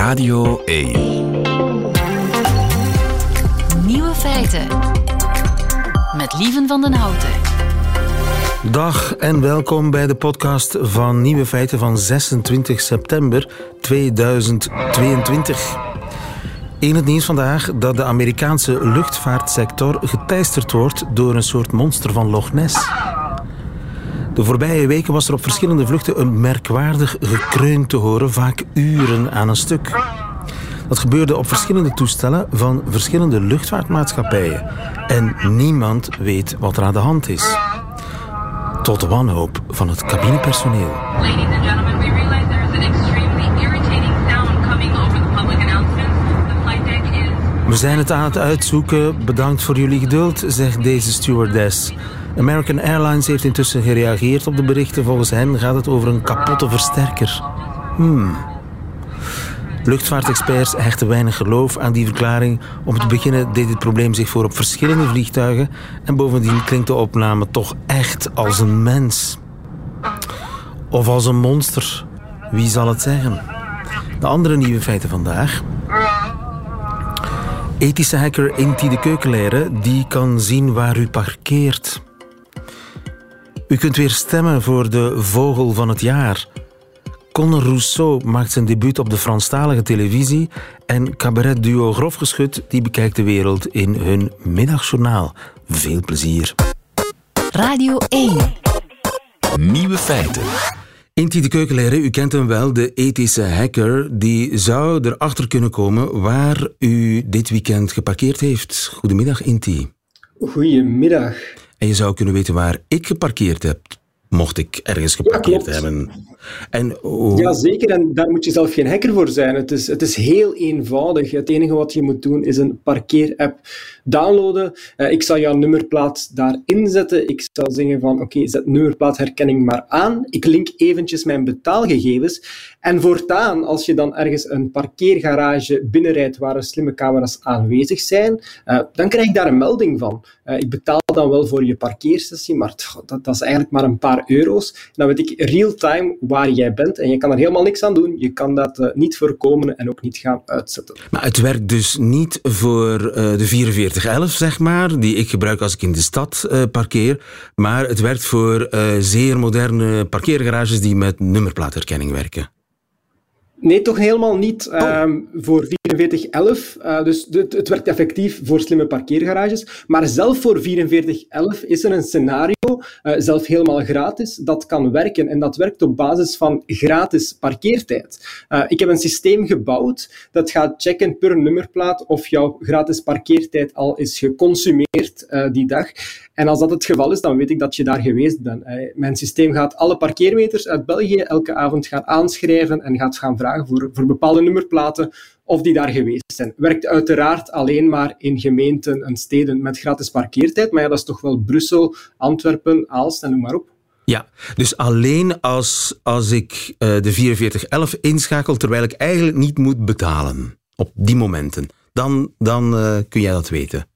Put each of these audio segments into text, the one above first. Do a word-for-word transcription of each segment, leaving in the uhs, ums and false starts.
Radio één. Nieuwe feiten. Met Lieven van den Houten. Dag en welkom bij de podcast van Nieuwe Feiten van zesentwintig september tweeduizend tweeëntwintig. In het nieuws vandaag dat de Amerikaanse luchtvaartsector geteisterd wordt door een soort monster van Loch Ness. De voorbije weken was er op verschillende vluchten een merkwaardig gekreun te horen, vaak uren aan een stuk. Dat gebeurde op verschillende toestellen van verschillende luchtvaartmaatschappijen. En niemand weet wat er aan de hand is. Tot de wanhoop van het cabinepersoneel. Ladies and gentlemen, we realize there is an extremely irritating sound coming over the public announcements. The flight deck is... We zijn het aan het uitzoeken. Bedankt voor jullie geduld, zegt deze stewardess. American Airlines heeft intussen gereageerd op de berichten. Volgens hen gaat het over een kapotte versterker. Hmm... Luchtvaartexperts hechten weinig geloof aan die verklaring. Om te beginnen deed het probleem zich voor op verschillende vliegtuigen. En bovendien klinkt de opname toch echt als een mens. Of als een monster. Wie zal het zeggen? De andere nieuwe feiten vandaag. Ethische hacker Inti de Keukenleider, die kan zien waar u parkeert. U kunt weer stemmen voor de vogel van het jaar. Conor Rousseau maakt zijn debuut op de Franstalige televisie en cabaretduo Grof Geschut die bekijkt de wereld in hun middagjournaal. Veel plezier. Radio één. Nieuwe feiten. Inti de Keukenleider, u kent hem wel, de ethische hacker, die zou erachter kunnen komen waar u dit weekend geparkeerd heeft. Goedemiddag, Inti. Goedemiddag. En je zou kunnen weten waar ik geparkeerd heb, mocht ik ergens geparkeerd ja, hebben. En, oh... Ja, zeker. En daar moet je zelf geen hacker voor zijn. Het is, het is heel eenvoudig. Het enige wat je moet doen is een parkeerapp downloaden. Uh, ik zal jouw nummerplaat daarin zetten. Ik zal zeggen van, oké, okay, zet nummerplaatherkenning maar aan. Ik link eventjes mijn betaalgegevens. En voortaan, als je dan ergens een parkeergarage binnenrijdt waar er slimme camera's aanwezig zijn, uh, dan krijg ik daar een melding van. Uh, ik betaal dan wel voor je parkeersessie, maar dat, dat is eigenlijk maar een paar euro's. Dan weet ik real-time waar jij bent en je kan er helemaal niks aan doen. Je kan dat uh, niet voorkomen en ook niet gaan uitzetten. Maar het werkt dus niet voor uh, de vierenveertig elf, zeg maar, die ik gebruik als ik in de stad uh, parkeer, maar het werkt voor uh, zeer moderne parkeergarages die met nummerplaatherkenning werken. Nee, toch helemaal niet. Oh. Um, voor vierenveertig elf, uh, dus het, het werkt effectief voor slimme parkeergarages, maar zelf voor vierenveertig elf is er een scenario, uh, zelf helemaal gratis, dat kan werken. En dat werkt op basis van gratis parkeertijd. Uh, ik heb een systeem gebouwd dat gaat checken per nummerplaat of jouw gratis parkeertijd al is geconsumeerd uh, die dag. En als dat het geval is, dan weet ik dat je daar geweest bent. Mijn systeem gaat alle parkeermeters uit België elke avond gaan aanschrijven en gaat gaan vragen voor, voor bepaalde nummerplaten of die daar geweest zijn. Werkt uiteraard alleen maar in gemeenten en steden met gratis parkeertijd, maar ja, dat is toch wel Brussel, Antwerpen, Aalst en noem maar op. Ja, dus alleen als, als ik uh, de vierenveertig elf inschakel, terwijl ik eigenlijk niet moet betalen op die momenten, dan, dan uh, kun jij dat weten.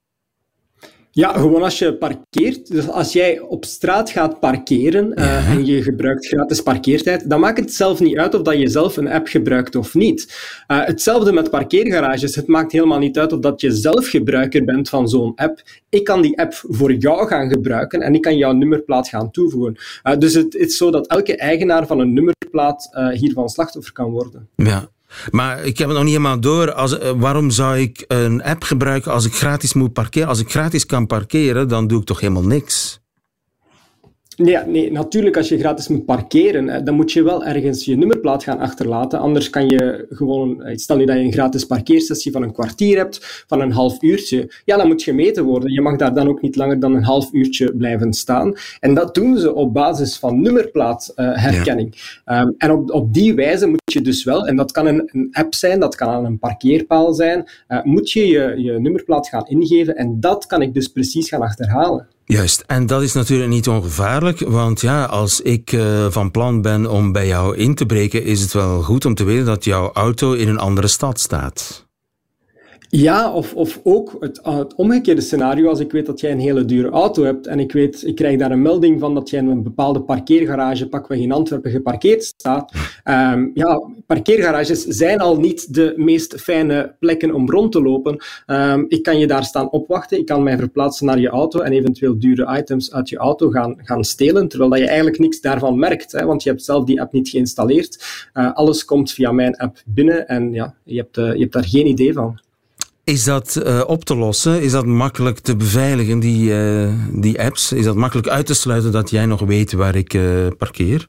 Ja, gewoon als je parkeert. Dus als jij op straat gaat parkeren uh, ja. en je gebruikt gratis parkeertijd, dan maakt het zelf niet uit of dat je zelf een app gebruikt of niet. Uh, hetzelfde met parkeergarages. Het maakt helemaal niet uit of dat je zelf gebruiker bent van zo'n app. Ik kan die app voor jou gaan gebruiken en ik kan jouw nummerplaat gaan toevoegen. Uh, dus het is zo dat elke eigenaar van een nummerplaat uh, hiervan slachtoffer kan worden. Ja. Maar ik heb het nog niet helemaal door. Als, uh, waarom zou ik een app gebruiken als ik gratis moet parkeren? Als ik gratis kan parkeren, dan doe ik toch helemaal niks? Nee, nee, natuurlijk, als je gratis moet parkeren, dan moet je wel ergens je nummerplaat gaan achterlaten. Anders kan je gewoon... Stel nu dat je een gratis parkeersessie van een kwartier hebt, van een half uurtje. Ja, dan moet gemeten worden. Je mag daar dan ook niet langer dan een half uurtje blijven staan. En dat doen ze op basis van nummerplaatherkenning. Uh, ja. um, en op, op die wijze moet je dus wel, en dat kan een, een app zijn, dat kan aan een parkeerpaal zijn, uh, moet je, je je nummerplaat gaan ingeven. En dat kan ik dus precies gaan achterhalen. Juist, en dat is natuurlijk niet ongevaarlijk, want ja, als ik uh, van plan ben om bij jou in te breken, is het wel goed om te weten dat jouw auto in een andere stad staat. Ja, of, of ook het, het omgekeerde scenario, als ik weet dat jij een hele dure auto hebt en ik weet, ik krijg daar een melding van dat jij in een bepaalde parkeergarage, pakweg in Antwerpen, geparkeerd staat. Um, ja, parkeergarages zijn al niet de meest fijne plekken om rond te lopen. Um, ik kan je daar staan opwachten, ik kan mij verplaatsen naar je auto en eventueel dure items uit je auto gaan, gaan stelen, terwijl dat je eigenlijk niks daarvan merkt, hè, want je hebt zelf die app niet geïnstalleerd. Uh, alles komt via mijn app binnen en ja, je hebt, uh, je hebt daar geen idee van. Is dat uh, op te lossen? Is dat makkelijk te beveiligen, die, uh, die apps? Is dat makkelijk uit te sluiten dat jij nog weet waar ik uh, parkeer?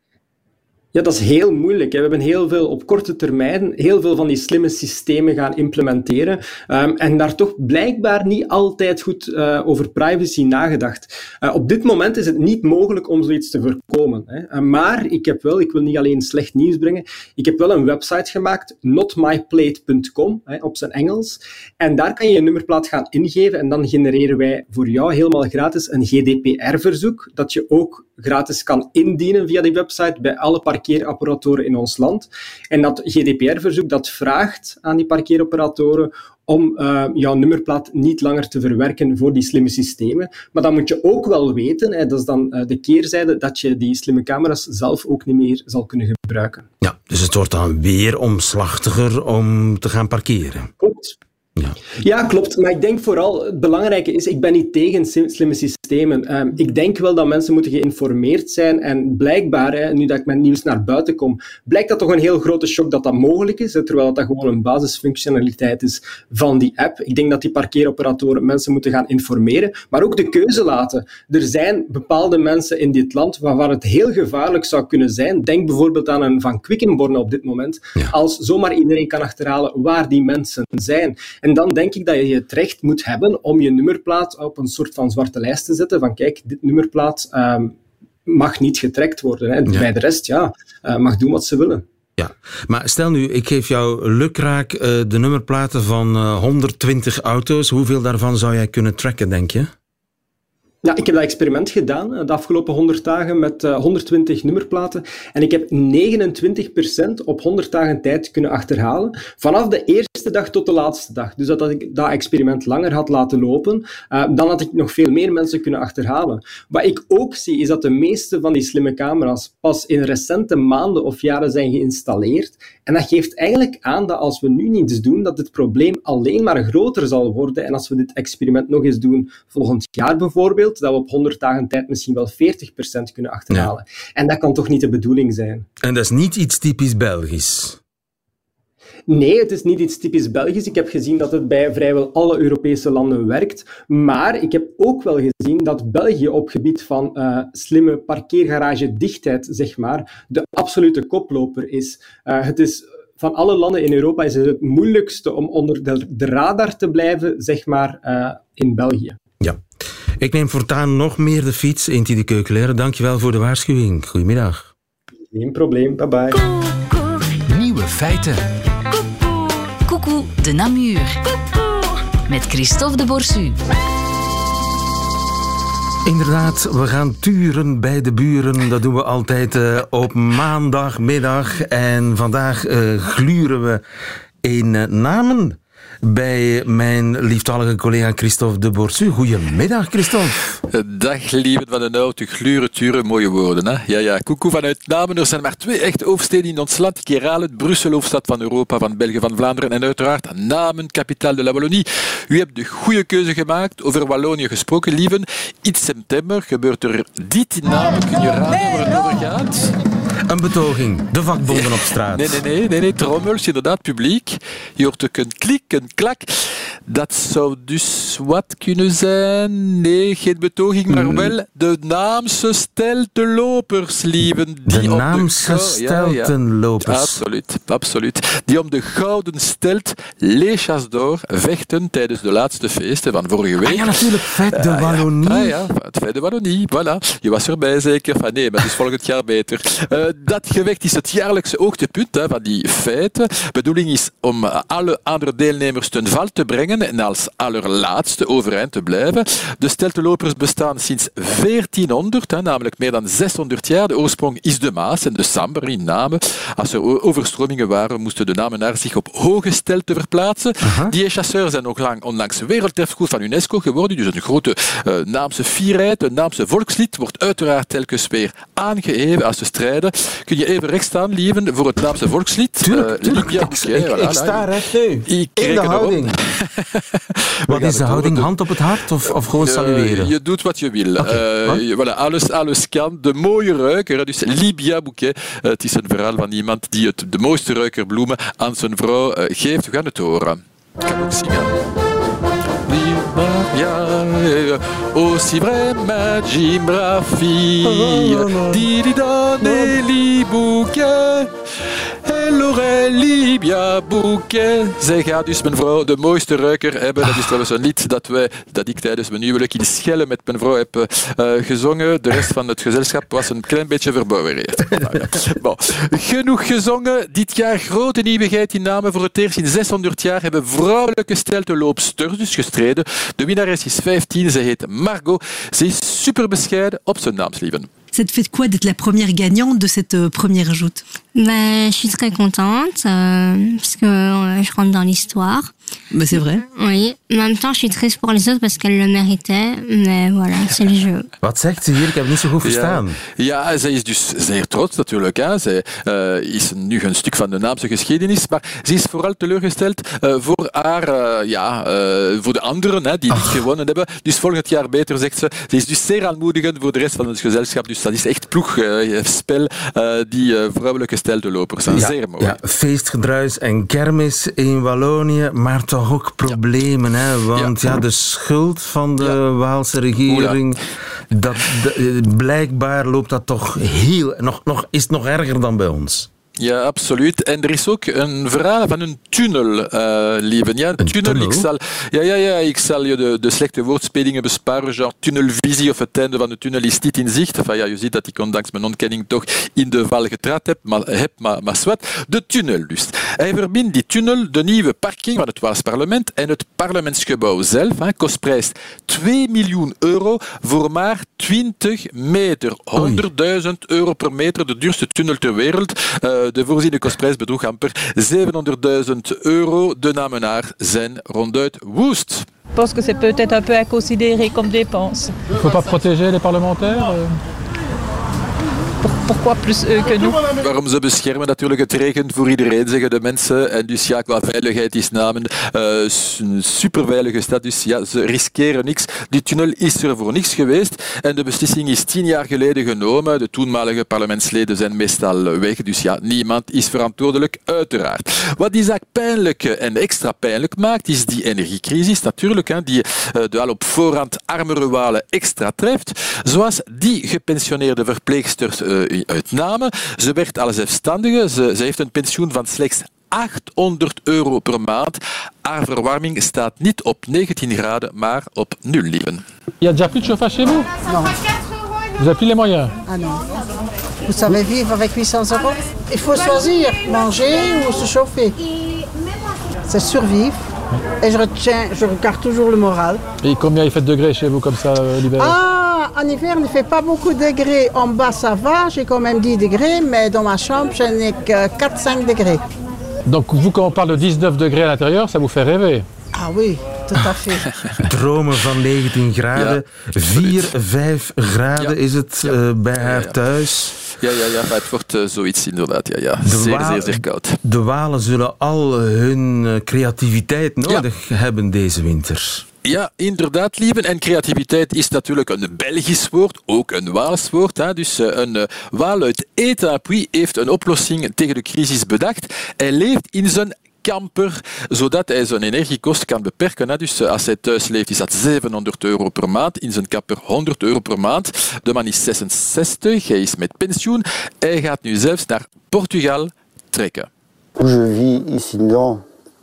Ja, dat is heel moeilijk. We hebben heel veel op korte termijn, heel veel van die slimme systemen gaan implementeren um, en daar toch blijkbaar niet altijd goed uh, over privacy nagedacht. Uh, op dit moment is het niet mogelijk om zoiets te voorkomen. Hè. Uh, maar ik heb wel, ik wil niet alleen slecht nieuws brengen, ik heb wel een website gemaakt, not my plate dot com, hè, op zijn Engels. En daar kan je je nummerplaat gaan ingeven en dan genereren wij voor jou helemaal gratis een G D P R-verzoek, dat je ook gratis kan indienen via die website bij alle parkeerapparatoren in ons land. En dat G D P R-verzoek dat vraagt aan die parkeeroperatoren om uh, jouw nummerplaat niet langer te verwerken voor die slimme systemen. Maar dan moet je ook wel weten, hè, dat is dan uh, de keerzijde, dat je die slimme camera's zelf ook niet meer zal kunnen gebruiken. Ja, dus het wordt dan weer omslachtiger om te gaan parkeren. Klopt. Ja. ja, klopt. Maar ik denk vooral, het belangrijke is, ik ben niet tegen slimme systemen. Um, ik denk wel dat mensen moeten geïnformeerd zijn. En blijkbaar, hè, nu dat ik met nieuws naar buiten kom, blijkt dat toch een heel grote shock dat dat mogelijk is, hè, terwijl dat gewoon een basisfunctionaliteit is van die app. Ik denk dat die parkeeroperatoren mensen moeten gaan informeren, maar ook de keuze laten. Er zijn bepaalde mensen in dit land waar het heel gevaarlijk zou kunnen zijn. Denk bijvoorbeeld aan een Van Quickenborne op dit moment. Ja. Als zomaar iedereen kan achterhalen waar die mensen zijn. En dan denk ik dat je het recht moet hebben om je nummerplaat op een soort van zwarte lijst te zetten. Van kijk, dit nummerplaat um, mag niet getrackt worden. Hè. Ja. Bij de rest, ja, uh, mag doen wat ze willen. Ja, maar stel nu, ik geef jou lukraak uh, de nummerplaten van uh, honderdtwintig auto's. Hoeveel daarvan zou jij kunnen tracken, denk je? Ja, ik heb dat experiment gedaan de afgelopen honderd dagen met uh, honderdtwintig nummerplaten. En ik heb negenentwintig procent op honderd dagen tijd kunnen achterhalen. Vanaf de eerste dag tot de laatste dag. Dus dat, dat ik dat experiment langer had laten lopen, uh, dan had ik nog veel meer mensen kunnen achterhalen. Wat ik ook zie, is dat de meeste van die slimme camera's pas in recente maanden of jaren zijn geïnstalleerd. En dat geeft eigenlijk aan dat als we nu niets doen, dat het probleem alleen maar groter zal worden. En als we dit experiment nog eens doen, volgend jaar bijvoorbeeld, dat we op honderd dagen tijd misschien wel veertig procent kunnen achterhalen. Ja. En dat kan toch niet de bedoeling zijn? En dat is niet iets typisch Belgisch? Nee, het is niet iets typisch Belgisch. Ik heb gezien dat het bij vrijwel alle Europese landen werkt. Maar ik heb ook wel gezien dat België op gebied van uh, slimme parkeergarage-dichtheid, zeg maar, de absolute koploper is. Uh, het is... Van alle landen in Europa is het het moeilijkste om onder de, de radar te blijven, zeg maar, uh, in België. Ja. Ik neem voortaan nog meer de fiets, Inti de Keukenleren. Dankjewel voor de waarschuwing. Goedemiddag. Geen probleem. Bye bye. Nieuwe feiten. Coucou de Namur. Met Christophe de Borsu. Inderdaad, we gaan turen bij de buren. Dat doen we altijd uh, op maandagmiddag. En vandaag uh, gluren we in uh, Namen bij mijn lieftallige collega Christophe de Borsu. Goedemiddag, Christophe. Dag, lieve van de auto, gluren, turen, mooie woorden. Hè? Ja, ja, koekoe vanuit Namen. Er zijn maar twee echte hoofdsteden in ons land. Ik herhaal het, Brussel, hoofdstad van Europa, van België, van Vlaanderen. En uiteraard Namen, kapitaal de la Wallonie. U hebt de goede keuze gemaakt. Over Wallonië gesproken, lieven. In september gebeurt er dit in Namen. Kun je raden waar het over gaat? Een betoging. De vakbonden op straat. Nee, nee, nee, nee, nee. Trommels, inderdaad, publiek. Je hoort ook een klik, een klak. Dat zou dus wat kunnen zijn? Nee, geen betoging, maar wel de Naamse steltenlopers, lieven. Die de Naamse de steltenlopers. Ja, ja. Absoluut, absoluut. Die om de gouden stelt, Les Chasses d'Or, vechten tijdens de laatste feesten van vorige week. Ah ja, natuurlijk, Fête de Wallonie. Ah ja, het Fête de Wallonie, voilà. Je was erbij zeker? Van nee, maar het is volgend jaar beter. Uh, dat gewicht is het jaarlijkse hoogtepunt hè, van die feiten. De bedoeling is om alle andere deelnemers ten val te brengen en als allerlaatste overeind te blijven. De steltenlopers bestaan sinds veertienhonderd, hè, namelijk meer dan zeshonderd jaar. De oorsprong is de Maas en de Samber in Namen. Als er overstromingen waren, moesten de Namenaars zich op hoge stelten verplaatsen. Uh-huh. Die chasseurs zijn nog lang onlangs werelderfgoed van UNESCO geworden, dus een grote uh, Naamse fierheid, een Naamse volkslied wordt uiteraard telkens weer aangeheven als ze strijden. Kun je even recht staan, lieven, voor het Naamse volkslied? Tuurlijk, uh, tuurlijk. Ik, ik, ik, ik sta recht nu. Ik in de houding. Wat is de houding? Hand op het hart of, of gewoon salueren? Uh, je doet wat je wil. Okay. Uh, voilà, alles, alles kan. De mooie ruiker, dus Libia Bouquet. Uh, het is een verhaal van iemand die het, de mooiste ruikerbloemen aan zijn vrouw uh, geeft. We gaan het horen. Ik kan ook zingen. Libia, aussi vrai ma gimbra fille, di di donne li bouquet. Hello, Libia Bouquet. Zij gaat dus mijn vrouw de mooiste ruiker hebben. Dat is trouwens een lied dat, wij, dat ik tijdens mijn huwelijk in Schelle met mijn vrouw heb uh, gezongen. De rest van het gezelschap was een klein beetje verbouwereerd. Bon. Genoeg gezongen. Dit jaar grote nieuwigheid in Namen. Voor het eerst in zeshonderd jaar hebben vrouwelijke steltenloopsters dus gestreden. De winnares is vijftien. Ze heet Margot. Ze is super bescheiden op zijn naamslieven. Ça te fait quoi d'être la première gagnante de cette euh, première joute? Ben, je suis très contente euh, parce que euh, je rentre dans l'histoire. Ben, c'est vrai. Oui, en même temps je suis triste pour les autres parce qu'elles le méritaient, mais voilà, c'est le jeu. Wat zegt ze hier? Ik heb het niet zo goed verstaan. Ja, ja, zij is dus zeer trots natuurlijk. Hè. Zij uh, is nu een stuk van de Naamse geschiedenis, maar ze is vooral teleurgesteld uh, voor haar, uh, ja, uh, voor de anderen hè, die niet Ach. gewonnen hebben. Dus volgend jaar beter, zegt ze. Ze is dus zeer aanmoedigend voor de rest van het gezelschap. Dus dat is echt ploegspel, uh, uh, die uh, vrouwelijke steltenlopers zijn. Ja, zeer mooi. Ja, feestgedruis en kermis in Wallonië, maar toch ook problemen. Ja. Hè? Want ja. Ja, de schuld van de ja. Waalse regering, dat, de, blijkbaar loopt dat toch heel... Nog, nog, is het nog erger dan bij ons. Ja, absoluut. En er is ook een verhaal van een tunnel, uh, lieven. Ja, een tunnel. tunnel? Ik zal, ja, ja, ja, ik zal je de, de slechte woordspelingen besparen. Genre tunnelvisie of het einde van de tunnel is niet in zicht. Enfin, ja, je ziet dat ik ondanks mijn ontkenning toch in de val getrapt heb, maar, heb, maar, maar zwart. De tunnel dus. Hij verbindt die tunnel, de nieuwe parking van het Waals parlement en het parlementsgebouw zelf. Hè, kost prijs twee miljoen euro voor maar twintig meter. honderdduizend euro per meter, de duurste tunnel ter wereld. Uh, De voorziene kostprijs bedroeg amper zevenhonderdduizend euro. De Namenaars zijn ronduit woest. Je pense que c'est peut-être un peu à considérer comme dépense. Il ne faut pas protéger les parlementaires euh... Pourquoi plus eux que nous? Waarom ze beschermen natuurlijk, het regent voor iedereen, zeggen de mensen. En dus ja, qua veiligheid is Namen uh, een superveilige stad. Dus ja, ze riskeren niks. Die tunnel is er voor niks geweest. En de beslissing is tien jaar geleden genomen. De toenmalige parlementsleden zijn meestal weg. Dus ja, niemand is verantwoordelijk, uiteraard. Wat die zaak pijnlijk en extra pijnlijk maakt, is die energiecrisis natuurlijk, hè, die uh, de al op voorhand armere Walen extra treft. Zoals die gepensioneerde verpleegsters uh, uit Namen. Ze werd al zelfstandige. Ze, ze heeft een pensioen van slechts achthonderd euro per maand. Haar verwarming staat niet op negentien graden, maar op nul, lieven. Il y a déjà plus de chauffage chez vous? Non. Vous avez plus les moyens? Ah non. Vous savez vivre avec huit cents euros? Il faut choisir, manger ou se chauffer. C'est survivre. Et je retiens, je regarde toujours le moral. Et combien il fait de degrés chez vous comme ça euh, l'hiver? Ah, en hiver, il ne fait pas beaucoup de degrés. En bas, ça va, j'ai quand même dix degrés, mais dans ma chambre, je n'ai que quatre cinq degrés. Donc vous, quand on parle de dix-neuf degrés à l'intérieur, ça vous fait rêver? Ah oui, tout à fait. Dromen van negentien graden. vier, vijf graden ja. is het ja. uh, bij haar ja, ja. thuis. Ja, ja, ja, maar het wordt uh, zoiets inderdaad. Ja, ja. Zeer, Wa- zeer, zeer koud. De Walen zullen al hun uh, creativiteit nodig ja. hebben deze winter. Ja, inderdaad, lieven. En creativiteit is natuurlijk een Belgisch woord, ook een Waals woord. Hè. Dus uh, een uh, Waal uit Étapuis heeft een oplossing tegen de crisis bedacht. Hij leeft in zijn camper, zodat hij zijn energiekost kan beperken. Dus als hij thuis leeft, is dat zevenhonderd euro per maand. In zijn camper honderd euro per maand. De man is zesenzestig, hij is met pensioen. Hij gaat nu zelfs naar Portugal trekken. Je vis ici dedans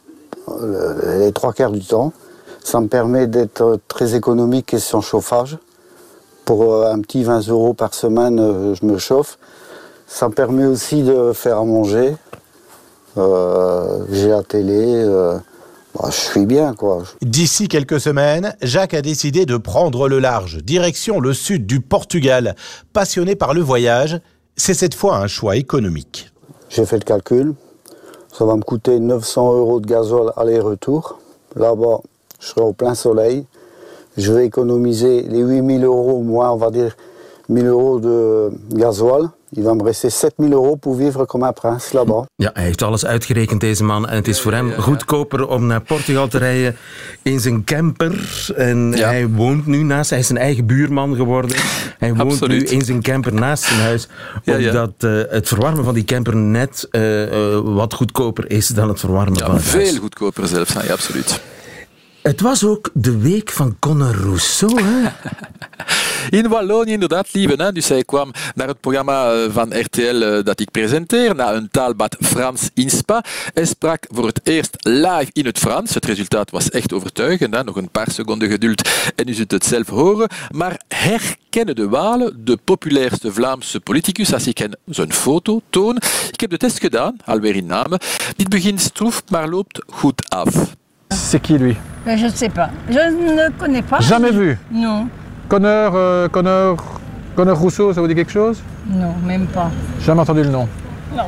les trois quarts du temps. Ça me permet d'être très économique et sans chauffage. Pour un petit vingt euros par semaine, je me chauffe. Ça me permet aussi de faire à manger. Euh, j'ai la télé. Euh, bah, je suis bien, quoi. D'ici quelques semaines, Jacques a décidé de prendre le large, direction le sud du Portugal. Passionné par le voyage, c'est cette fois un choix économique. J'ai fait le calcul. Ça va me coûter neuf cents euros de gasoil aller-retour. Là-bas, je serai au plein soleil. Je vais économiser les huit mille euros, moins on va dire mille euros de gasoil. Il va me rester sept mille euro pour vivre comme un prince là-bas. Ja, hij heeft alles uitgerekend, deze man. En het is voor hem goedkoper om naar Portugal te rijden in zijn camper. En ja. hij woont nu naast... Hij is zijn eigen buurman geworden. Hij woont Absoluut. nu in zijn camper naast zijn huis. Ja, omdat ja. uh, het verwarmen van die camper net uh, uh, wat goedkoper is dan het verwarmen ja, van het veel huis. Veel goedkoper zelfs, ja, absoluut. Het was ook de week van Conor Rousseau, hè? In Wallonië inderdaad, lieve. Hè? Dus hij kwam naar het programma van R T L dat ik presenteer, na een taalbad Frans in Spa. Hij sprak voor het eerst live in het Frans. Het resultaat was echt overtuigend. Hè? Nog een paar seconden geduld en u zult het zelf horen. Maar herkennen de Walen de populairste Vlaamse politicus als ik hen zijn foto toon? Ik heb de test gedaan, alweer in namen. Dit begint stroef, maar loopt goed af. C'est qui lui? Ben, je ne sais pas. Je ne connais pas. Jamais vu? Non. Conor, euh, Conor, Conor Rousseau, ça vous dit quelque chose? Non, même pas. Jamais entendu le nom? Non.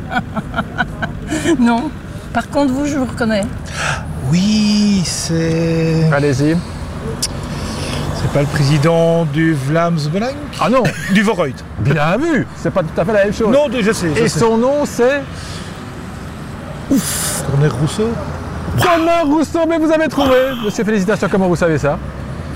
Non. Par contre, vous, je vous reconnais. Oui, c'est... Allez-y. C'est pas le président du Vlaams Belang? Ah non. Du Vooruit. Bien vu. C'est pas tout à fait la même chose. Non, je sais. Je Et sais. son nom, c'est... Ouf. Conor Rousseau. Conor Rousseau, mais vous avez trouvé. Monsieur, félicitations, comment vous savez ça?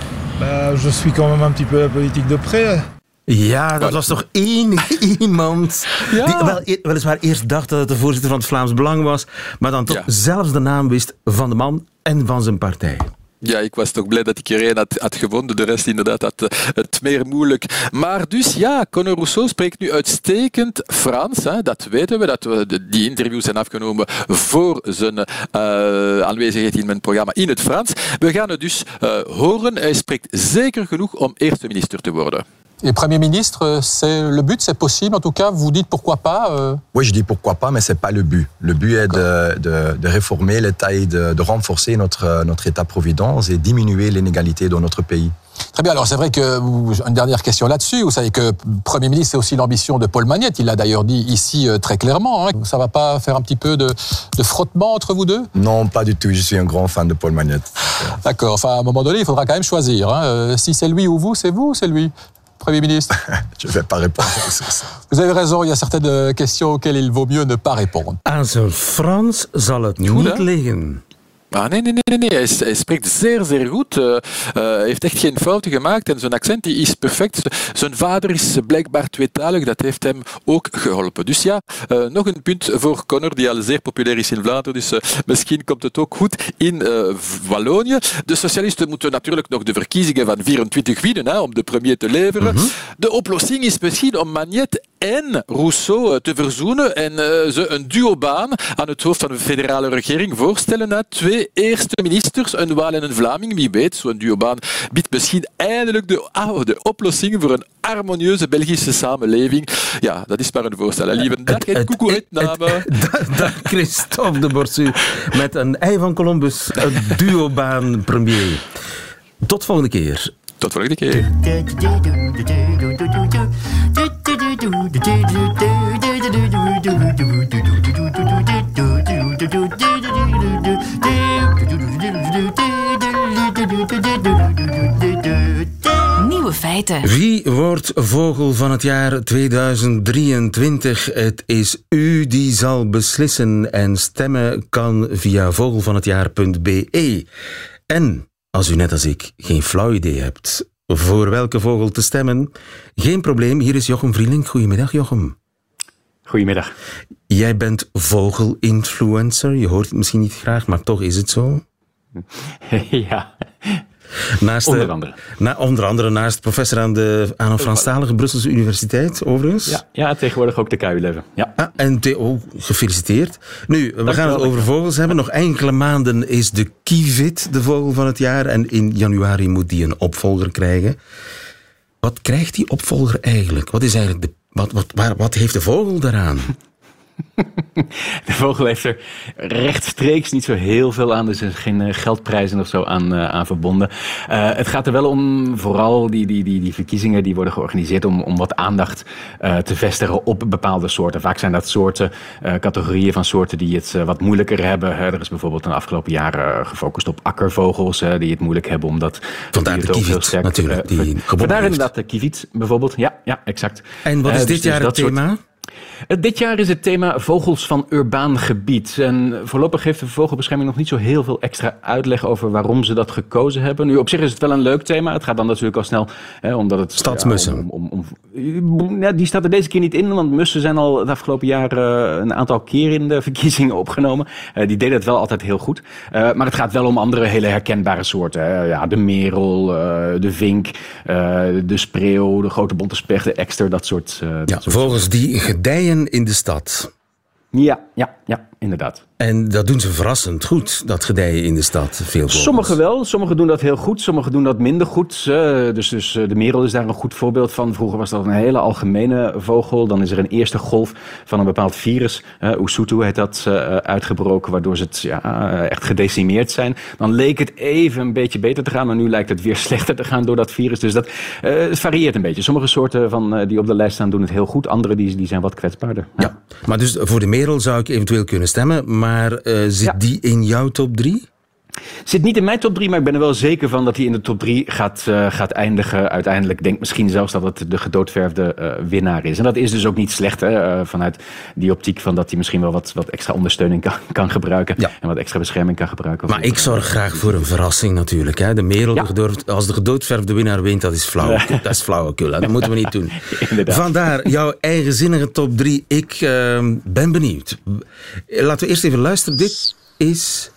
Bah, je suis quand même un petit peu la politique de près. Ja, dat was toch één iemand ja. die wel, weliswaar eerst dacht dat het de voorzitter van het Vlaams Belang was, maar dan toch ja. zelfs de naam wist van de man en van zijn partij. Ja, ik was toch blij dat ik er één had, had gevonden. De rest inderdaad had uh, het meer moeilijk. Maar dus ja, Conor Rousseau spreekt nu uitstekend Frans. Hè. Dat weten we, dat we de, die interviews zijn afgenomen voor zijn uh, aanwezigheid in mijn programma in het Frans. We gaan het dus uh, horen. Hij spreekt zeker genoeg om eerste minister te worden. Et Premier ministre, c'est le but, c'est possible. En tout cas, vous dites pourquoi pas. Euh... Oui, je dis pourquoi pas, mais c'est pas le but. Le but est de, de, de réformer l'État et de, de renforcer notre, notre État-providence et diminuer l'inégalité dans notre pays. Très bien, alors c'est vrai que, une dernière question là-dessus, vous savez que Premier ministre, c'est aussi l'ambition de Paul Magnette, il l'a d'ailleurs dit ici très clairement, hein. Ça va pas faire un petit peu de, de frottement entre vous deux? Non, pas du tout, je suis un grand fan de Paul Magnette. D'accord, enfin à un moment donné, il faudra quand même choisir, hein. Si c'est lui ou vous, c'est vous ou c'est lui? Premier ministre? Je ne vais pas répondre. Vous avez raison, il y a certaines questions auxquelles il vaut mieux ne pas répondre. Aan zijn Frans zal het niet Goed, liggen. Ah, nee, nee, nee, nee. Hij, hij spreekt zeer, zeer goed. Uh, uh, hij heeft echt geen fouten gemaakt en zijn accent die is perfect. Zijn vader is blijkbaar tweetalig, dat heeft hem ook geholpen. Dus ja, uh, nog een punt voor Conor, die al zeer populair is in Vlaanderen. Dus uh, misschien komt het ook goed in uh, Wallonië. De socialisten moeten natuurlijk nog de verkiezingen van vierentwintig winnen, hè, om de premier te leveren. Mm-hmm. De oplossing is misschien om Magnette en Rousseau te verzoenen en uh, ze een duobaan aan het hoofd van de federale regering voorstellen. Hè. Twee eerste ministers, een Waal en een Vlaming. Wie weet, zo'n duobaan biedt misschien eindelijk de, oh, de oplossing voor een harmonieuze Belgische samenleving. Ja, dat is maar een voorstel. Lieve dag en koekoe uitname. Dag Christophe de Borsu met een ei van Columbus, een duobaan premier. Tot volgende keer. Tot volgende keer. Nieuwe feiten. Wie wordt vogel van het jaar tweeduizend drieëntwintig? Het is u die zal beslissen en stemmen kan via vogelvanhetjaar punt b e. En als u net als ik geen flauw idee hebt voor welke vogel te stemmen, geen probleem. Hier is Jochem Vrielink. Goedemiddag, Jochem. Goedemiddag. Jij bent vogelinfluencer. Je hoort het misschien niet graag, maar toch is het zo. Ja, naast onder de, andere. Na, onder andere naast professor aan de aan een Franstalige Brusselse Universiteit, overigens. Ja, ja, tegenwoordig ook de K U Leuven. Ja. Ah, en te, oh, gefeliciteerd. Nu, we Dank gaan het over vogels hebben. Nog enkele maanden is de kievit de vogel van het jaar en in januari moet die een opvolger krijgen. Wat krijgt die opvolger eigenlijk? Wat is eigenlijk de Wat, wat, waar, wat heeft de vogel daaraan? De vogel heeft er rechtstreeks niet zo heel veel aan. Dus er zijn geen geldprijzen of zo aan, uh, aan verbonden. Uh, het gaat er wel om, vooral die, die, die, die verkiezingen die worden georganiseerd... om, om wat aandacht uh, te vestigen op bepaalde soorten. Vaak zijn dat soorten, uh, categorieën van soorten die het uh, wat moeilijker hebben. Uh, er is bijvoorbeeld in de afgelopen jaren uh, gefocust op akkervogels... Uh, die het moeilijk hebben omdat... Vandaar de kievit natuurlijk. Uh, die vandaar inderdaad de kievit bijvoorbeeld. Ja, ja, exact. En wat is uh, dit dus, jaar dus het thema? Soort... Dit jaar is het thema vogels van urbaan gebied. En voorlopig heeft de Vogelbescherming nog niet zo heel veel extra uitleg over waarom ze dat gekozen hebben. Nu, op zich is het wel een leuk thema. Het gaat dan natuurlijk al snel, hè, omdat het... Stadsmussen. Ja, om, om, om, ja, die staat er deze keer niet in, want mussen zijn al het afgelopen jaar uh, een aantal keer in de verkiezingen opgenomen. Uh, die deden het wel altijd heel goed. Uh, maar het gaat wel om andere hele herkenbare soorten. Hè. Ja, de merel, uh, de vink, uh, de spreeuw, de grote bonte specht, de ekster, dat soort... Uh, dat ja, soort vogels soorten. Die gedijen in de stad. Ja, ja, ja, inderdaad. En dat doen ze verrassend goed, dat gedijen in de stad. Veel sommigen wel, sommigen doen dat heel goed, sommigen doen dat minder goed. Uh, dus, dus uh, de merel is daar een goed voorbeeld van. Vroeger was dat een hele algemene vogel. Dan is er een eerste golf van een bepaald virus, uh, Usutu heet dat, uh, uitgebroken, waardoor ze het, ja, uh, echt gedecimeerd zijn. Dan leek het even een beetje beter te gaan, maar nu lijkt het weer slechter te gaan door dat virus. Dus dat uh, het varieert een beetje. Sommige soorten van, uh, die op de lijst staan doen het heel goed, andere die, die zijn wat kwetsbaarder. Ja. Ja, maar dus voor de merel zou ik eventueel kunnen stemmen, maar uh, zit ja. die in jouw top drie? Zit niet in mijn top drie, maar ik ben er wel zeker van dat hij in de top drie gaat, uh, gaat eindigen. Uiteindelijk denk misschien zelfs dat het de gedoodverfde uh, winnaar is. En dat is dus ook niet slecht, hè, uh, vanuit die optiek van dat hij misschien wel wat, wat extra ondersteuning kan, kan gebruiken. Ja. En wat extra bescherming kan gebruiken. Maar ik zorg graag voor een verrassing natuurlijk. Hè. De merel, ja. de gedood, als de gedoodverfde winnaar wint, dat is flauwekul. Dat is flauwekul, hè. Dat moeten we niet doen. Vandaar jouw eigenzinnige top drie. Ik uh, ben benieuwd. Laten we eerst even luisteren. Dit is...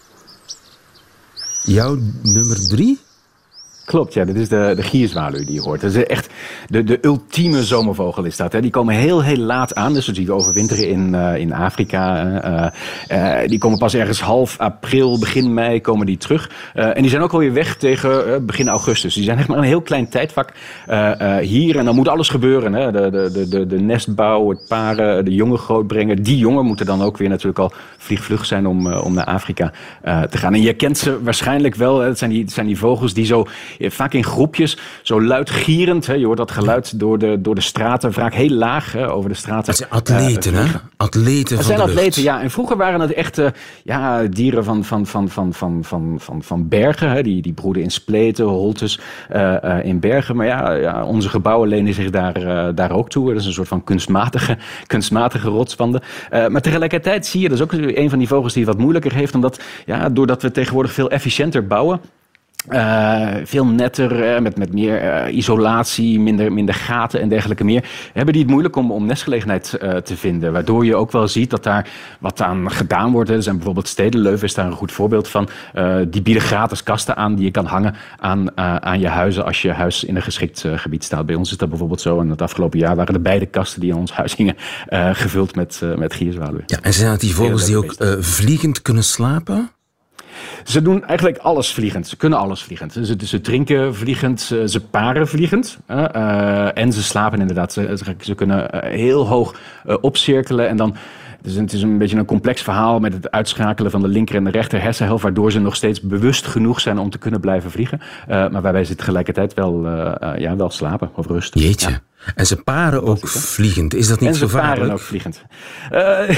jouw nummer drie? Klopt, ja. Dit is de, de gierzwaluw die je hoort. Dat is echt de, de ultieme zomervogel is dat. Hè. Die komen heel, heel laat aan. Dus die overwinteren in, uh, in Afrika. Uh, uh, die komen pas ergens half april, begin mei komen die terug. Uh, en die zijn ook alweer weg tegen uh, begin augustus. Die zijn echt maar een heel klein tijdvak uh, uh, hier. En dan moet alles gebeuren. Hè. De, de, de, de, de nestbouw, het paren, de jongen grootbrengen. Die jongen moeten dan ook weer natuurlijk al vliegvlug zijn om, uh, om naar Afrika uh, te gaan. En je kent ze waarschijnlijk wel. Hè. Dat zijn die, dat zijn die vogels die zo... vaak in groepjes, zo luid gierend. Hè. Je hoort dat geluid door de, door de straten, vaak heel laag hè, over de straten. Dat zijn atleten, uh, hè? Atleten van zijn de atleten, lucht. Ja. En vroeger waren het echt uh, ja, dieren van, van, van, van, van, van, van, van bergen. Hè. Die, die broeden in spleten, holtes uh, uh, in bergen. Maar ja, ja, onze gebouwen lenen zich daar, uh, daar ook toe. Dat is een soort van kunstmatige, kunstmatige rotswanden. Uh, maar tegelijkertijd zie je, dat is ook een van die vogels die het wat moeilijker heeft, omdat ja, doordat we tegenwoordig veel efficiënter bouwen, Uh, veel netter, uh, met, met meer uh, isolatie, minder, minder gaten en dergelijke meer, hebben die het moeilijk om, om nestgelegenheid uh, te vinden. Waardoor je ook wel ziet dat daar wat aan gedaan wordt. Er zijn bijvoorbeeld steden, Leuven is daar een goed voorbeeld van. Uh, die bieden gratis kasten aan die je kan hangen aan, uh, aan je huizen als je huis in een geschikt uh, gebied staat. Bij ons is dat bijvoorbeeld zo. En het afgelopen jaar waren de beide kasten die in ons huis hingen uh, gevuld met, uh, met gierzwaluwen. Ja, en zijn dat die vogels die ook uh, vliegend kunnen slapen? Ze doen eigenlijk alles vliegend. Ze kunnen alles vliegend. Ze, ze drinken vliegend, ze, ze paren vliegend. Uh, uh, en ze slapen inderdaad. Ze, ze, ze kunnen uh, heel hoog uh, opcirkelen. En dan, dus het is een beetje een complex verhaal met het uitschakelen van de linker en de rechter hersenhelft, waardoor ze nog steeds bewust genoeg zijn om te kunnen blijven vliegen. Uh, maar waarbij ze tegelijkertijd wel, uh, uh, ja, wel slapen of rusten. Jeetje. Ja. En ze paren ook vliegend. Is dat niet gevaarlijk? En ze paren ook vliegend. Uh,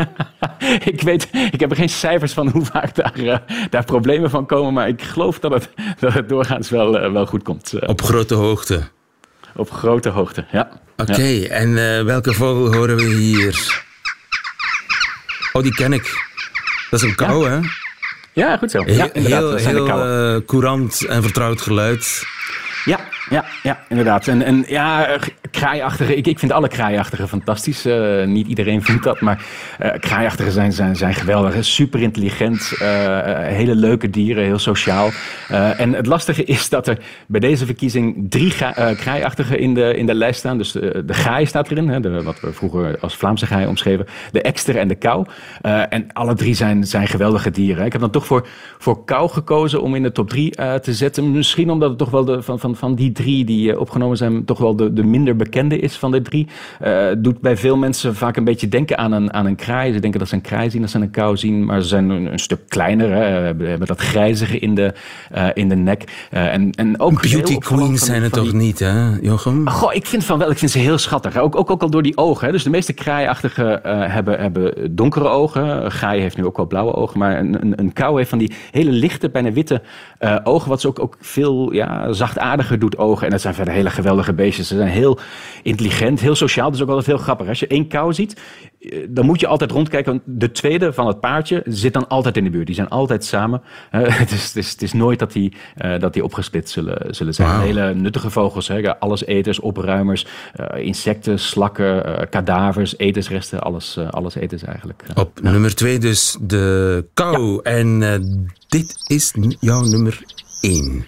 ik weet, ik heb er geen cijfers van hoe vaak daar, uh, daar problemen van komen, maar ik geloof dat het, dat het doorgaans wel, uh, wel goed komt. Uh, Op grote hoogte? Op grote hoogte, ja. Oké, okay, ja. En uh, welke vogel horen we hier? Oh, die ken ik. Dat is een kauw, ja. Hè? Ja, goed zo. Heel, ja, heel, heel uh, courant en vertrouwd geluid. Ja, ja, ja, inderdaad. En, en ja, kraaiachtige, ik, ik vind alle kraaiachtigen fantastisch. Uh, niet iedereen vindt dat, maar uh, kraaiachtigen zijn, zijn, zijn geweldig. Super intelligent, uh, hele leuke dieren, heel sociaal. Uh, en het lastige is dat er bij deze verkiezing drie ga, uh, kraaiachtigen in de, in de lijst staan. Dus de, de gaai staat erin, hè, de, wat we vroeger als Vlaamse gaai omschreven. De ekster en de kauw. Uh, en alle drie zijn, zijn geweldige dieren. Ik heb dan toch voor, voor kauw gekozen om in de top drie uh, te zetten. Misschien omdat het toch wel de, van, van, van die drie die uh, opgenomen zijn toch wel de, de minder bekende is van de drie. Uh, doet bij veel mensen vaak een beetje denken aan een, aan een kraai. Ze denken dat ze een kraai zien als ze een kou zien, maar ze zijn een, een stuk kleiner. Hè. We hebben, hebben dat grijzige in de, uh, in de nek. Uh, en, en ook Beauty queens zijn het toch die... niet, hè, Jochem? Goh, ik vind van wel. Ik vind ze heel schattig. Ook, ook, ook al door die ogen. Hè. Dus de meeste kraaiachtige uh, hebben, hebben donkere ogen. Een gaai heeft nu ook wel blauwe ogen, maar een, een, een kou heeft van die hele lichte, bijna witte uh, ogen, wat ze ook, ook veel ja, zachtaardiger doet ogen. En dat zijn verder hele geweldige beestjes. Ze zijn heel intelligent, heel sociaal. Dat is ook altijd heel grappig. Als je één kou ziet, dan moet je altijd rondkijken. Want de tweede van het paardje zit dan altijd in de buurt. Die zijn altijd samen. Uh, het, is, het, is, het is nooit dat die, uh, dat die opgesplitst zullen, zullen zijn. Wow. Hele nuttige vogels. Hè. Alleseters, opruimers, uh, insecten, slakken, uh, kadavers, etensresten. Alles, uh, alles eten ze eigenlijk. Uh, Op ja. nummer twee dus de kou. Ja. En uh, dit is jouw nummer één.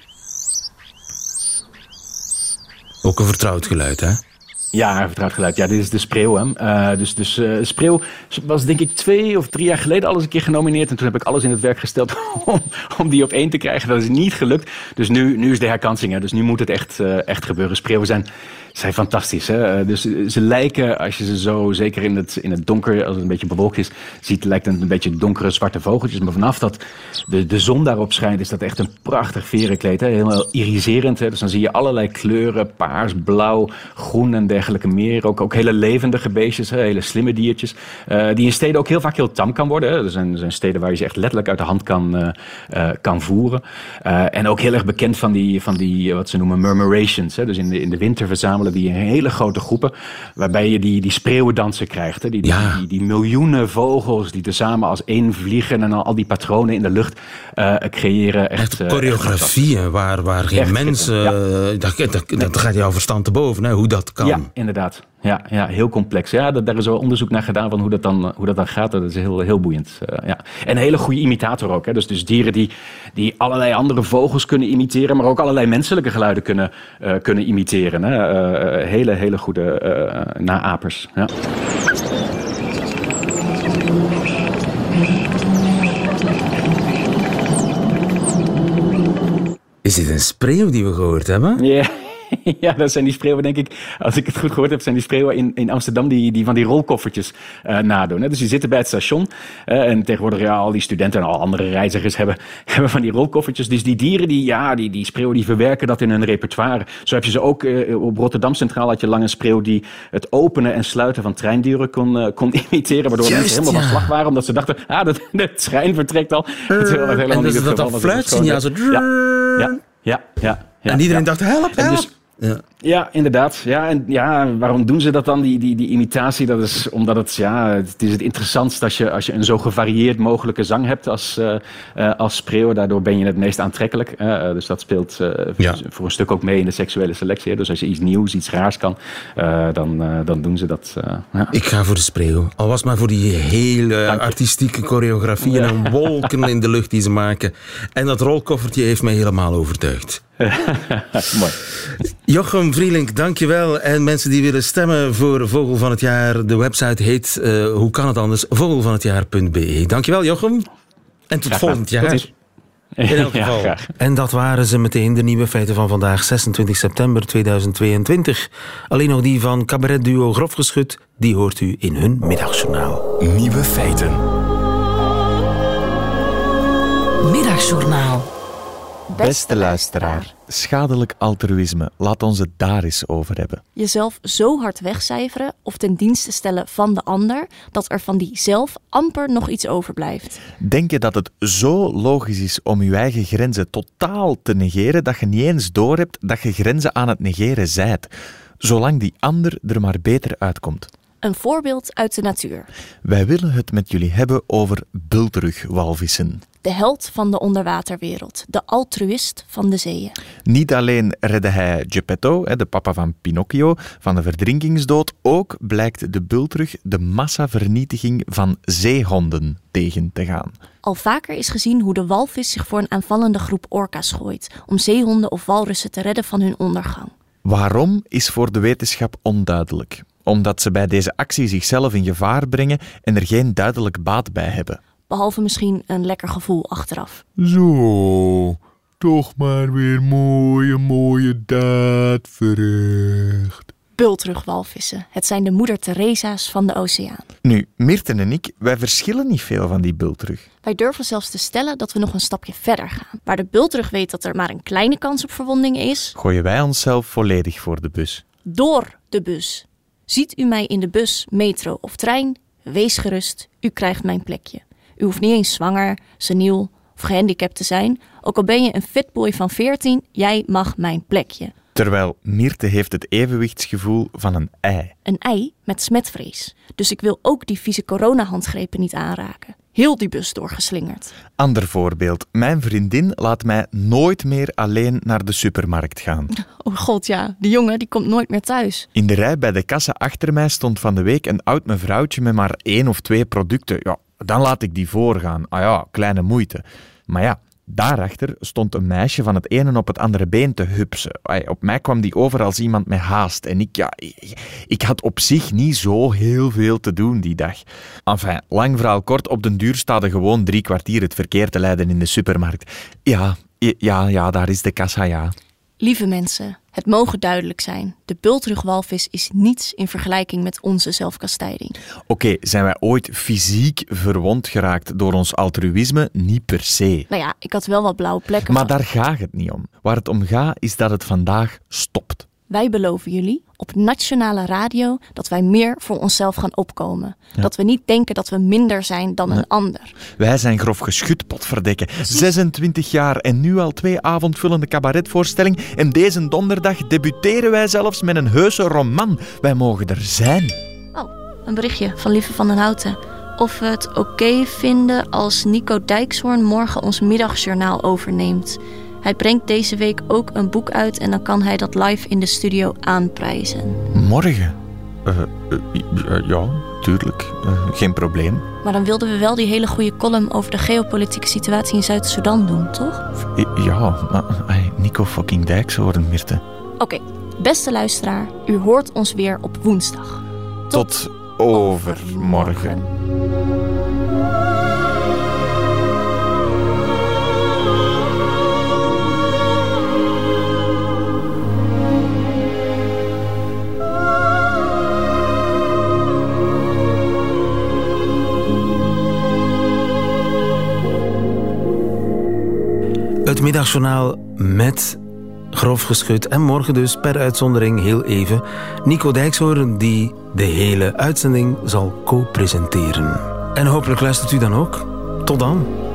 Ook een vertrouwd geluid, hè? Ja, vertrouwd geluid. Ja, dit is de spreeuw. Hè. Uh, dus dus uh, spreeuw was denk ik twee of drie jaar geleden al eens een keer genomineerd. En toen heb ik alles in het werk gesteld om, om die op één te krijgen. Dat is niet gelukt. Dus nu, nu is de herkansing. Hè. Dus nu moet het echt, uh, echt gebeuren. Spreeuwen zijn, zijn fantastisch. Hè. Uh, dus ze lijken, als je ze zo, zeker in het, in het donker, als het een beetje bewolkt is, ziet, lijkt het een beetje donkere zwarte vogeltjes. Maar vanaf dat de, de zon daarop schijnt, is dat echt een prachtig verenkleed. Hè. Helemaal iriserend. Hè. Dus dan zie je allerlei kleuren. Paars, blauw, groen en dergelijke. Meer. Ook, ook hele levendige beestjes, hè, hele slimme diertjes. Uh, die in steden ook heel vaak heel tam kan worden. Hè. Er zijn, zijn steden waar je ze echt letterlijk uit de hand kan, uh, uh, kan voeren. Uh, en ook heel erg bekend van die, van die wat ze noemen murmurations. Hè. Dus in de, in de winter verzamelen die in hele grote groepen. Waarbij je die, die spreeuwendansen krijgt. Hè. Die, die, ja. die, die, die miljoenen vogels die tezamen als één vliegen. En al, al die patronen in de lucht uh, creëren. Echt, echt choreografieën uh, waar, waar geen echt mensen... Ja. Uh, dat, dat, dat, dat gaat jouw verstand te boven, hè, hoe dat kan. Ja, inderdaad. Ja, ja, heel complex. Ja, dat, daar is wel onderzoek naar gedaan van hoe dat dan, hoe dat dan gaat. Dat is heel, heel boeiend. Uh, ja. En een hele goede imitator ook. Hè. Dus, dus dieren die, die allerlei andere vogels kunnen imiteren, maar ook allerlei menselijke geluiden kunnen, uh, kunnen imiteren. Hè. Uh, hele, hele goede uh, naapers. Ja. Is dit een spreeuw die we gehoord hebben? Ja. Yeah. Ja, dat zijn die spreeuwen, denk ik, als ik het goed gehoord heb, zijn die spreeuwen in, in Amsterdam die, die van die rolkoffertjes uh, nadoen. Hè. Dus die zitten bij het station uh, en tegenwoordig, ja, al die studenten en al andere reizigers hebben, hebben van die rolkoffertjes. Dus die dieren, die, ja, die, die spreeuwen, die verwerken dat in hun repertoire. Zo heb je ze ook uh, op Rotterdam Centraal had je lang een spreeuw die het openen en sluiten van treinduren kon, uh, kon imiteren, waardoor Just, mensen helemaal ja. van slag waren, omdat ze dachten, ah, de, de trein vertrekt al. Uh, dat helemaal en dus dat dat fluitsignaal zo... Ja, ja, ja, ja. Ja, en iedereen ja. dacht, help, help. Dus, ja. ja, inderdaad. Ja, en ja, waarom doen ze dat dan, die, die, die imitatie? Dat is omdat het, ja, het is het interessantst als je, als je een zo gevarieerd mogelijke zang hebt als, uh, uh, als spreeuw. Daardoor ben je het meest aantrekkelijk. Uh, dus dat speelt uh, ja. voor een stuk ook mee in de seksuele selectie. Dus als je iets nieuws, iets raars kan, uh, dan, uh, dan doen ze dat. Uh, ja. Ik ga voor de spreeuw. Al was maar voor die hele artistieke choreografie ja. en wolken in de lucht die ze maken. En dat rolkoffertje heeft mij helemaal overtuigd. Mooi. Jochem Vrielink, dankjewel. En mensen die willen stemmen voor Vogel van het Jaar, de website heet, uh, hoe kan het anders, vogelvanhetjaar punt be. Dankjewel, Jochem. En tot graag volgend jaar. Tot in elk geval. Ja, en dat waren ze meteen, de nieuwe feiten van vandaag, zesentwintig september tweeduizend tweeëntwintig. Alleen nog die van cabaretduo Grofgeschut, die hoort u in hun middagjournaal. Nieuwe feiten. Middagjournaal. Beste luisteraar, schadelijk altruïsme, laat ons het daar eens over hebben. Jezelf zo hard wegcijferen of ten dienste stellen van de ander, dat er van die zelf amper nog iets overblijft. Denk je dat het zo logisch is om je eigen grenzen totaal te negeren, dat je niet eens doorhebt dat je grenzen aan het negeren zijt, zolang die ander er maar beter uitkomt? Een voorbeeld uit de natuur. Wij willen het met jullie hebben over bultrugwalvissen. De held van de onderwaterwereld, de altruïst van de zeeën. Niet alleen redde hij Geppetto, de papa van Pinocchio, van de verdrinkingsdood, ook blijkt de bultrug de massavernietiging van zeehonden tegen te gaan. Al vaker is gezien hoe de walvis zich voor een aanvallende groep orka's gooit, om zeehonden of walrussen te redden van hun ondergang. Waarom is voor de wetenschap onduidelijk. Omdat ze bij deze actie zichzelf in gevaar brengen en er geen duidelijk baat bij hebben. Behalve misschien een lekker gevoel achteraf. Zo. toch maar weer mooie, mooie daad verricht. Bultrugwalvissen. Het zijn de moeder Theresa's van de oceaan. Nu, Mirten en ik, wij verschillen niet veel van die bultrug. Wij durven zelfs te stellen dat we nog een stapje verder gaan. Waar de bultrug weet dat er maar een kleine kans op verwonding is, gooien wij onszelf volledig voor de bus. Door de bus. Ziet u mij in de bus, metro of trein? Wees gerust, u krijgt mijn plekje. U hoeft niet eens zwanger, seniel of gehandicapt te zijn. Ook al ben je een fitboy van veertien, jij mag mijn plekje. Terwijl Mirte heeft het evenwichtsgevoel van een ei. Een ei met smetvrees. Dus ik wil ook die vieze coronahandgrepen niet aanraken. Heel die bus doorgeslingerd. Ander voorbeeld. Mijn vriendin laat mij nooit meer alleen naar de supermarkt gaan. Oh god ja, die jongen die komt nooit meer thuis. In de rij bij de kassa achter mij stond van de week een oud mevrouwtje met maar één of twee producten. Ja, dan laat ik die voorgaan. Ah ja, kleine moeite. Maar ja, daarachter stond een meisje van het ene op het andere been te hupsen. Op mij kwam die over als iemand met haast. En ik, ja, ik had op zich niet zo heel veel te doen die dag. Enfin, lang verhaal kort, op den duur staat er gewoon drie kwartier het verkeer te leiden in de supermarkt. Ja, ja, ja, daar is de kassa, ja. Lieve mensen, het mogen duidelijk zijn. De bultrugwalvis is niets in vergelijking met onze zelfkastijding. Oké, okay, zijn wij ooit fysiek verwond geraakt door ons altruïsme? Niet per se. Nou ja, ik had wel wat blauwe plekken. Maar van. Daar gaat het niet om. Waar het om gaat, is dat het vandaag stopt. Wij beloven jullie op nationale radio dat wij meer voor onszelf gaan opkomen. Ja. Dat we niet denken dat we minder zijn dan nee. een ander. Wij zijn grof geschut, potverdekken. zesentwintig jaar en nu al twee avondvullende cabaretvoorstellingen. En deze donderdag debuteren wij zelfs met een heuse roman. Wij mogen er zijn. Oh, een berichtje van Lieve van den Houten. Of we het oké okay vinden als Nico Dijkshoorn morgen ons middagjournaal overneemt. Hij brengt deze week ook een boek uit en dan kan hij dat live in de studio aanprijzen. Morgen? Uh, uh, uh, ja, tuurlijk. Uh, geen probleem. Maar dan wilden we wel die hele goede column over de geopolitieke situatie in Zuid-Soedan doen, toch? Ja, maar uh, Nico fucking Dijkshoorn, Mirte. Oké, okay, beste luisteraar, u hoort ons weer op woensdag. Tot, Tot overmorgen. overmorgen. Het middagjournaal met Grof Geschut en morgen dus per uitzondering heel even Nico Dijkshoorn die de hele uitzending zal co-presenteren. En hopelijk luistert u dan ook. Tot dan.